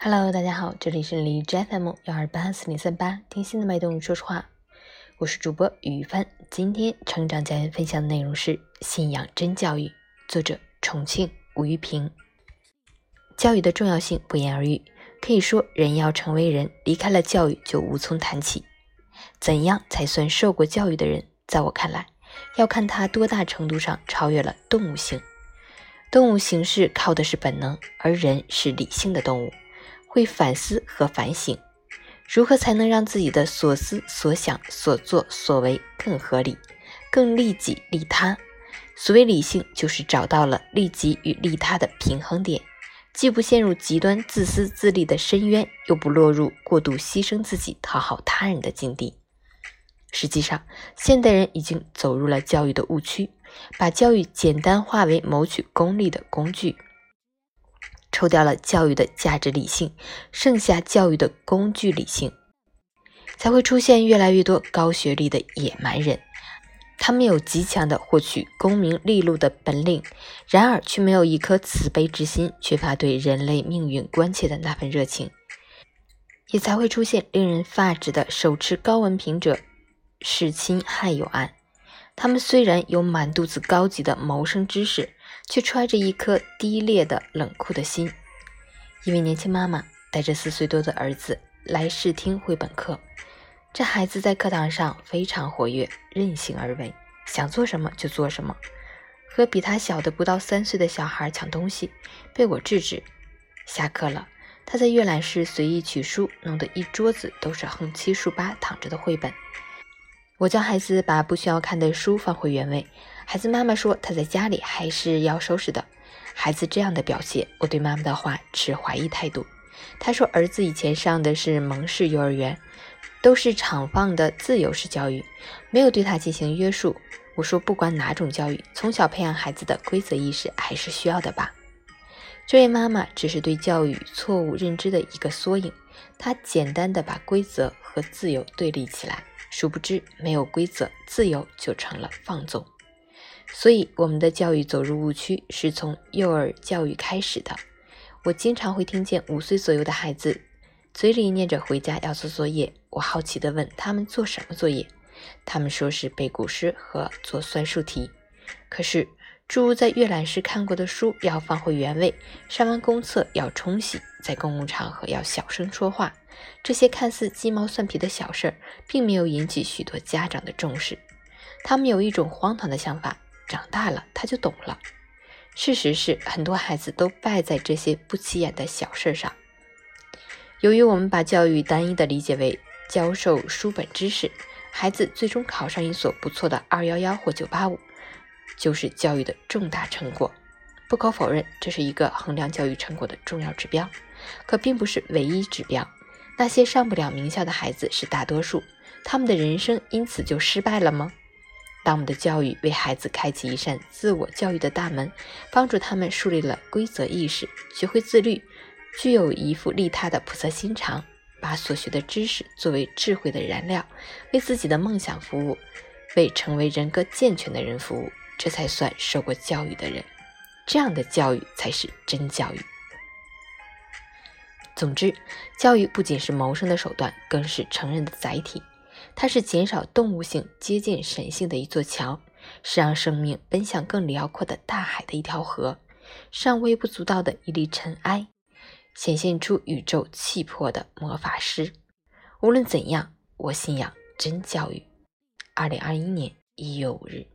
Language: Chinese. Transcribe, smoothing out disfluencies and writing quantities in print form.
Hello， 大家好，这里是荔枝 FM1284038，听心的脉动说实话，我是主播于帆。今天成长家园分享的内容是信仰真教育，作者重庆吴玉平。教育的重要性不言而喻，可以说人要成为人，离开了教育就无从谈起。怎样才算受过教育的人？在我看来，要看他多大程度上超越了动物性。动物行事靠的是本能，而人是理性的动物，会反思和反省，如何才能让自己的所思所想所作所为更合理，更利己利他。所谓理性，就是找到了利己与利他的平衡点，既不陷入极端自私自利的深渊，又不落入过度牺牲自己讨好他人的境地。实际上，现代人已经走入了教育的误区，把教育简单化为谋取功利的工具，抽掉了教育的价值理性，剩下教育的工具理性，才会出现越来越多高学历的野蛮人。他们有极强的获取功名利禄的本领，然而却没有一颗慈悲之心，缺乏对人类命运关切的那份热情，也才会出现令人发指的手持高文凭者弑亲害友案。他们虽然有满肚子高级的谋生知识，却揣着一颗低劣的冷酷的心。一位年轻妈妈带着4岁多的儿子来试听绘本课，这孩子在课堂上非常活跃，任性而为，想做什么就做什么，和比他小的不到3岁的小孩抢东西，被我制止。下课了，他在阅览室随意取书，弄得一桌子都是横七竖八躺着的绘本。我叫孩子把不需要看的书放回原位，孩子妈妈说他在家里还是要收拾的。孩子这样的表现，我对妈妈的话持怀疑态度。他说儿子以前上的是蒙氏幼儿园，都是厂放的自由式教育，没有对他进行约束。我说不管哪种教育，从小培养孩子的规则意识还是需要的吧。这位妈妈只是对教育错误认知的一个缩影，她简单的把规则和自由对立起来，殊不知没有规则，自由就成了放纵。所以我们的教育走入误区是从幼儿教育开始的。我经常会听见5岁左右的孩子嘴里念着回家要做作业，我好奇地问他们做什么作业，他们说是背古诗和做算术题。可是诸如在阅览室看过的书要放回原位，上完公厕要冲洗，在公共场合要小声说话，这些看似鸡毛蒜皮的小事并没有引起许多家长的重视。他们有一种荒唐的想法，长大了他就懂了。事实是，很多孩子都败在这些不起眼的小事上。由于我们把教育单一的理解为教授书本知识，孩子最终考上一所不错的211或985，就是教育的重大成果。不可否认，这是一个衡量教育成果的重要指标，可并不是唯一指标。那些上不了名校的孩子是大多数，他们的人生因此就失败了吗？当我们的教育为孩子开启一扇自我教育的大门，帮助他们树立了规则意识，学会自律，具有一副利他的菩萨心肠，把所学的知识作为智慧的燃料，为自己的梦想服务，为成为人格健全的人服务，这才算受过教育的人。这样的教育才是真教育。总之，教育不仅是谋生的手段，更是成人的载体。它是减少动物性接近神性的一座桥，是让生命奔向更辽阔的大海的一条河，是让微不足道的一粒尘埃显现出宇宙气魄的魔法师。无论怎样，我信仰真教育。2021年1月5日。